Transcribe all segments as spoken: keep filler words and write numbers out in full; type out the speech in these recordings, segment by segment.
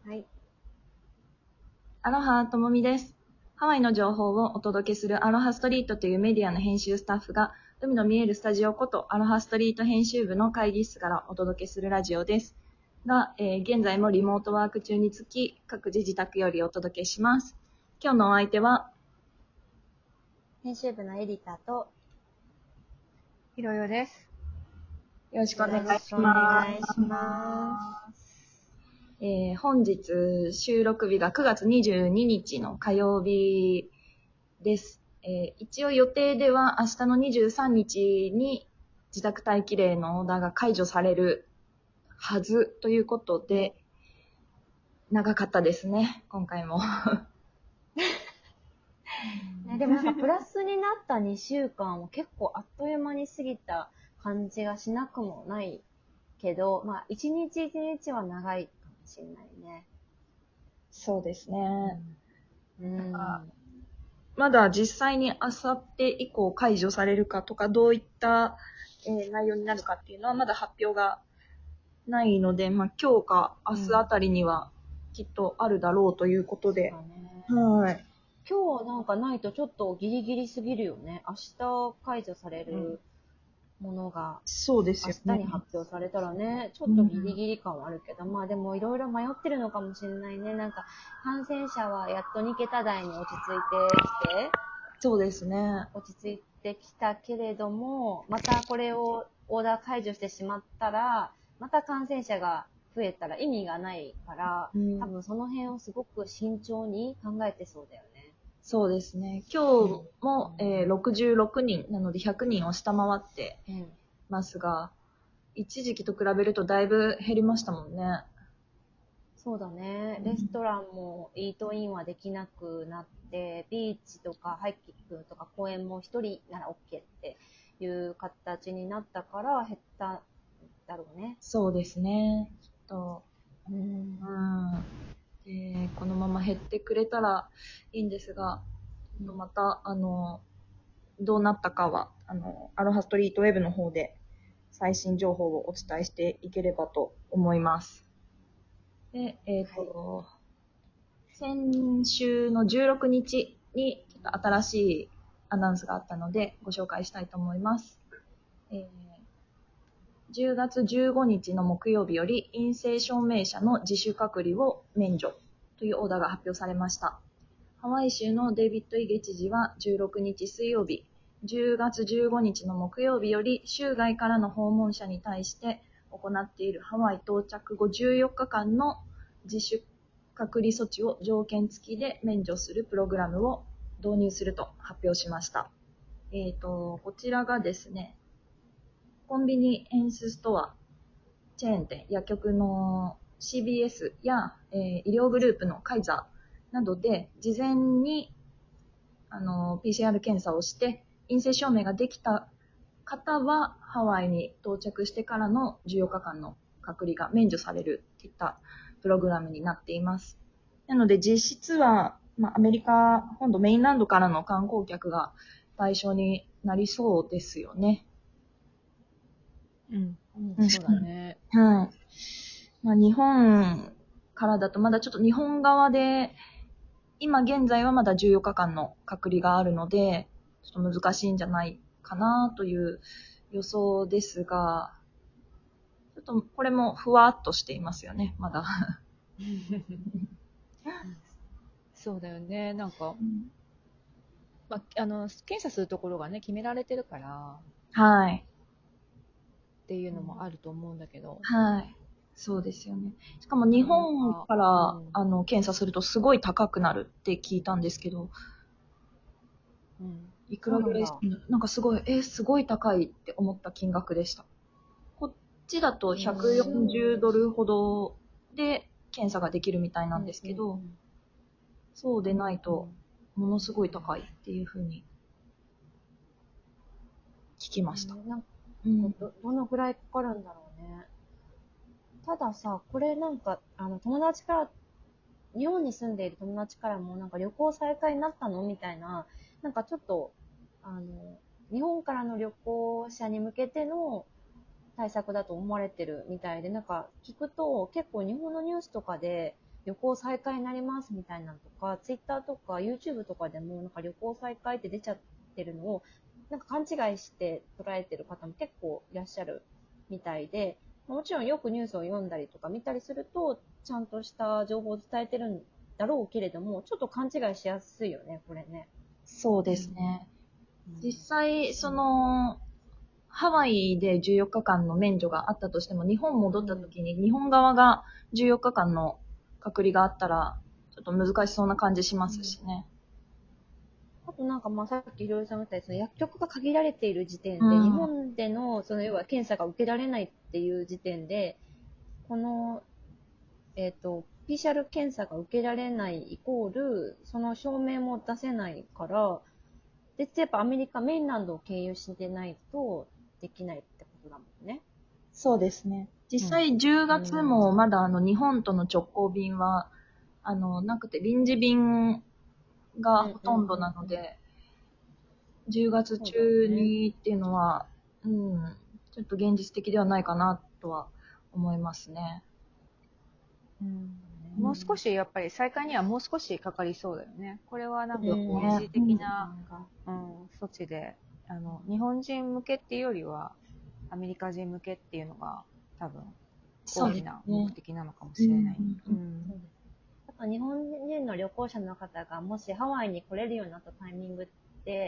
はい。 アロハともみです。ハワイの情報をお届けするアロハストリートというメディアの編集スタッフが、海の見えるスタジオことアロハストリート編集部の会議室からお届けするラジオです。が、えー現在もリモートワーク中につき、各自自宅よりお届けします。今日のお相手は、 編集部のエディターと、 ひろよです。 よろしくお願いしよろしくおま願いします。 す。えー本日収録日がくがつにじゅうににちの火曜日です。えー一応予定では明日のにじゅうさんにちに自宅待機令のオーダーが解除されるはずということで、長かったですね、今回も。 ね、でもなんかプラスになったにしゅうかんは結構あっという間に過ぎた感じがしなくもないけど、まあ一日一日は長いかもしれないね。 そうですね。 うん。 まだ実際にあさって以降解除されるかとか、どういった、えー内容になるかっていうのはまだ発表がないので、まあ、今日か明日あたりにはきっとあるだろうということで。 そうだね。 はい。 今日なんかないとちょっとギリギリすぎるよね。明日解除されるものがそうですよね。 明日に発表されたらね、ちょっとギリギリ感はあるけど、うん、まあでもいろいろ迷ってるのかもしれないね。なんか感染者はやっとにけた台に落ち着いてきて、 そうですね。 落ち着いてきたけれども、またこれをオーダー解除してしまったら、また感染者が増えたら意味がないから、うん、多分その辺をすごく慎重に考えてそうだよね。 そうですね。今日も、うんえー、ろくじゅうろくにんなのでひゃくにんを下回ってますが、うん、一時期と比べるとだいぶ減りましたもんね。 そうだね。レストランもイートインはできなくなって、ビーチとかハイキングとか公園も一人なら OK っていう形になったから減っただろうね。 そうですね。きっと。 うん。うんでこのまま減ってくれたらいいんですが、うん、またあのどうなったかはあのアロハストリートウェブの方で最新情報をお伝えしていければと思います。で、えっと、はい、先週のじゅうろくにちに新しいアナウンスがあったのでご紹介したいと思います。えーじゅうがつじゅうごにちの木曜日より陰性証明者の自主隔離を免除というオーダーが発表されました。ハワイ州のデイビッド・イゲ知事はじゅうろくにち水曜日、じゅうがつじゅうごにちの木曜日より州外からの訪問者に対して行っているハワイ到着後じゅうよっかかんの自主隔離措置を条件付きで免除するプログラムを導入すると発表しました。えーと、こちらがですね、コンビニエンスストア、チェーン店、薬局の シービーエス や、えー、医療グループのカイザーなどで事前にあの ピーシーアール 検査をして陰性証明ができた方はハワイに到着してからのじゅうよっかかんの隔離が免除されるといったプログラムになっています。なので実質は、まあ、アメリカ本土メインランドからの観光客が対象になりそうですよね。 うん、うん、そうだね。 はい。まあ、日本からだとまだちょっと日本側で今現在はまだじゅうよっかかんの隔離があるのでちょっと難しいんじゃないかなという予想ですが、ちょっとこれもふわっとしていますよね、まだ。 そうだよね。なんか、まあ、あの検査するところがね決められてるからはい。 っていうのもあると思うんだけど。 はい。そうですよね。しかも日本から、うん、あの検査するとすごい高くなるって聞いたんですけど、うん、いくらぐらいするの？なんかすごい、え、すごい高いって思った金額でした。こっちだとひゃくよんじゅうドルほどで検査ができるみたいなんですけど、うんうん、そうでないとものすごい高いっていう風に聞きました。 うん、なんかうん、ど, どのぐらいかかるんだろうね。たださ、これなんかあの友達から日本に住んでいる友達からもなんか旅行再開になったのみたいな、なんかちょっとあの日本からの旅行者に向けての対策だと思われてるみたいで、なんか聞くと結構日本のニュースとかで旅行再開になりますみたいなのとか、ツイッターとか YouTube とかでもなんか旅行再開って出ちゃってるのを、なんか勘違いして捉えてる方も結構いらっしゃるみたいで、もちろんよくニュースを読んだりとか見たりすると、ちゃんとした情報を伝えてるんだろうけれども、ちょっと勘違いしやすいよね、これね。 そうですね。 うん、 実際、その、ハワイでじゅうよっかかんの免除があったとしても、日本戻った時に日本側がじゅうよっかかんの隔離があったら、ちょっと難しそうな感じしますしね。 あとなんかまあさっきひろゆさんが言ったように、薬局が限られている時点で、 うん、 日本でのその要は検査が受けられないっていう時点で、この、えっと、ピーシーアール 検査が受けられないイコール、その証明も出せないから、で、やっぱアメリカ、メインランドを経由してないとできないってことだもんね。 そうですね。実際じゅうがつもまだあの日本との直行便は、あの、なくて臨時便がほとんどなので、じゅうがつ中にっていうのは、うね、うん、ちょっと現実的ではないかなとは思いますね。 うん、もう少しやっぱり再開にはもう少しかかりそうだよね。これはなんかこう一時的な、うん、措置で、あの日本人向けっていうよりはアメリカ人向けっていうのが多分大きな目的なのかもしれない。 あと日本人の旅行者の方がもしハワイに来れるようになったタイミングって、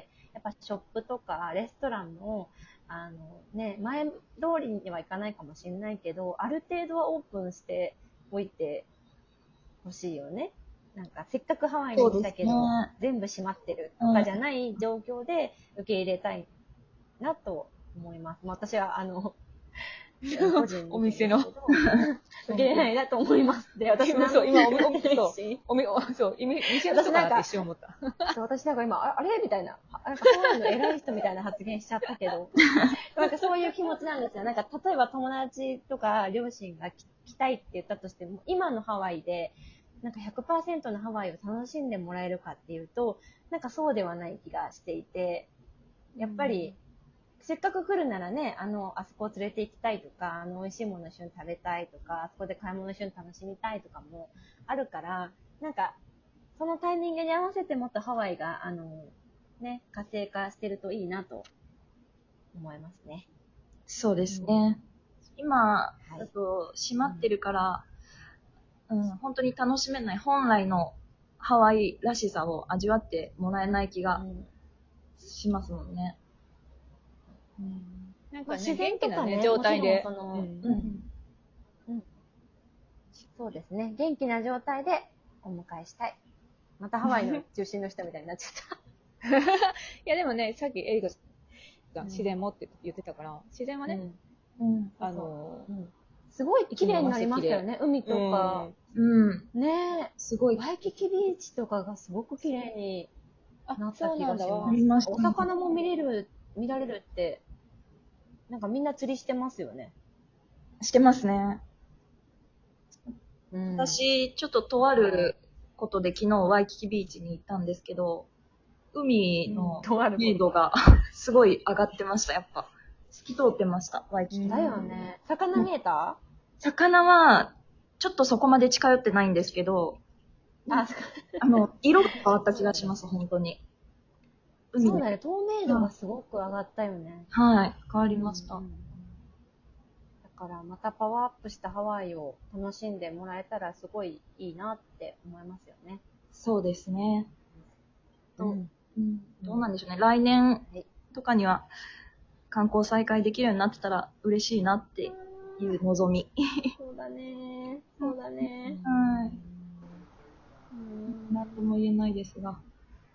やっぱショップとかレストランもあの、ね、前通りにはいかないかもしれないけど、ある程度はオープンしておいてほしいよね。なんかせっかくハワイに来たけど、ね、全部閉まってるとかじゃない状況で受け入れたいなと思います。まあ、私はあの個人お店の受け入れないなと思います。で、私もそう今お店そうおみそう店の人かなって一瞬思った。 そう私なんか今あれみたいななんかハワイの偉い人みたいな発言しちゃったけど、なんかそういう気持ちなんですよ。なんか例えば友達とか両親が来たいって言ったとしても、今のハワイでなんか ひゃくパーセント のハワイを楽しんでもらえるかっていうと、なんかそうではない気がしていて、やっぱり、うん、せっかく来るならね、あの、あそこを連れて行きたいとか、あの、美味しいものを一緒に食べたいとか、あそこで買い物を一緒に楽しみたいとかもあるから、なんか、そのタイミングに合わせてもっとハワイが、あの、ね、活性化してるといいなと思いますね。 そうですね。うん、今、だと閉まってるから、うん、うん、本当に楽しめない本来のハワイらしさを味わってもらえない気がしますもんね。 うん、なんかね、自然とかね、状態で。 その、うんうんうん、そうですね。元気な状態でお迎えしたい。またハワイの中心の人みたいになっちゃった。 いやでもね、さっきエリカが自然もって言ってたから、自然はね、うん、あの、うん、 すごい綺麗になりましたよね、海とか。 うん。 ねえ、 すごい。 ワイキキビーチとかがすごく綺麗になった気がします。 お魚も見れる、見られるって、なんかみんな釣りしてますよね。 してますね。 うん、 私、ちょっととあることで昨日ワイキキビーチに行ったんですけど、海の明度がすごい上がってました、やっぱ。透き通ってました、ワイキキ。 だよね。魚見えた？ 魚は、ちょっとそこまで近寄ってないんですけど、あ, あの、色が変わった気がします、本当に。 海そうだね、透明度がすごく上がったよね。 はい、変わりました。うん、 だからまたパワーアップしたハワイを楽しんでもらえたらすごいいいなって思いますよね。 そうですね。 うん、 うん、どうなんでしょうね。来年とかには観光再開できるようになってたら嬉しいなっていう望み。 そうだね。そうだね。 はい。なんとも言えないですが、はい、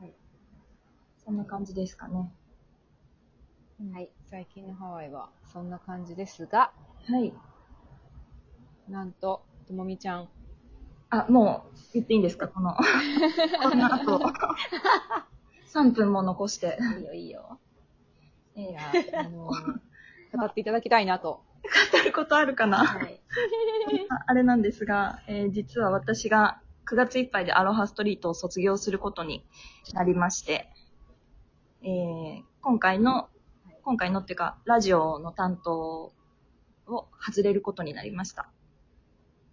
そんな感じですかね。 はい。最近のハワイはそんな感じですが、 はい。 なんと、ともみちゃん。 あ、もう言っていいんですか、この。この後。さんぷんも残して。 いいよ、いいよ。 いや、あのー、語っていただきたいなと。 語ることあるかな、はい、あれなんですが、えー、実は私がくがついっぱいでアロハストリートを卒業することになりまして、えー、今回の、今回のっていうか、ラジオの担当を外れることになりました。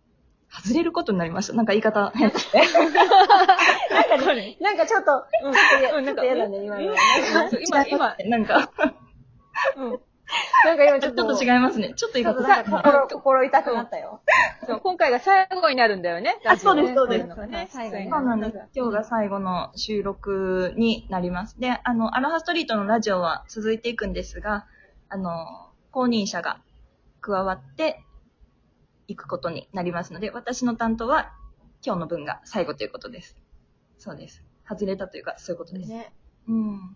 外れることになりました。なんか言い方変ですね。 なんかね、なんかちょっと、 うんちょっとや、 うんなんかちょっと嫌だね、今の。 今、今、 なんか、 うん。 なんか今ちちょっょっと、 と違いますね。ちょっと言いちょっと方なんか心、心痛くなったよ。 そう、今回が最後になるんだよね。 あそうですラジオそうですこいのがね。 最後ねそうなんです。今日が最後の収録になります。で、あの、アロハストリートのラジオは続いていくんですが、あの、公認者が加わっていくことになりますので、私の担当は今日の分が最後ということです。そうです。外れたというか、そういうことです。 ね。 うん。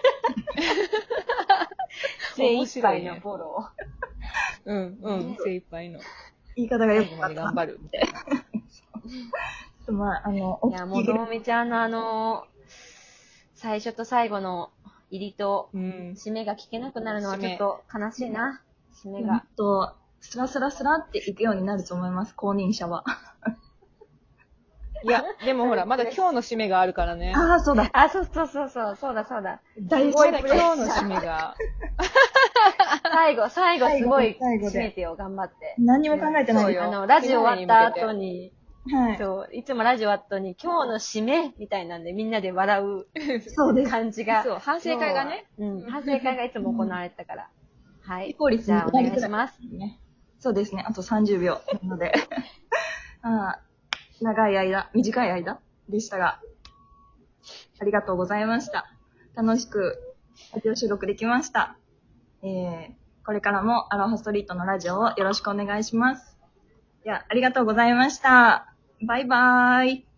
精一杯のフォロうん、うん、精一杯の。 言い方がよく最後まで頑張るみたいな。 ちょっとまあ、あの、 ー。いや、もう、ともみちゃんのあの、最初と最後の入りとうん。 締めが聞けなくなるのはちょっと悲しいな。締めもっが。 と、スラスラスラっていくようになると思います、公認者は。 いや、でもほら、まだ今日の締めがあるからね。 ああ、そうだ。 あ、そうそうそうそう、そうだそうだ。 大すごいまだプレッシャー今日の締めが。 最後、最後すごい最後で締めてよ、頑張って。 何にも考えてないそうよあの、ラジオ終わった後に、 はい。 そう、いつもラジオ終わった後に、今日の締めみたいなんでみんなで笑うそうです。 感じが。 そう、反省会がね。 うん、反省会がいつも行われてたから。はい。 成功率じゃあ、お願いします。 ね。そうですね。あとさんじゅうびょうなので。あー長い間、短い間でしたが、ありがとうございました。楽しくラジオ収録できました。えー、これからもアロハストリートのラジオをよろしくお願いします。では、ありがとうございました。バイバーイ。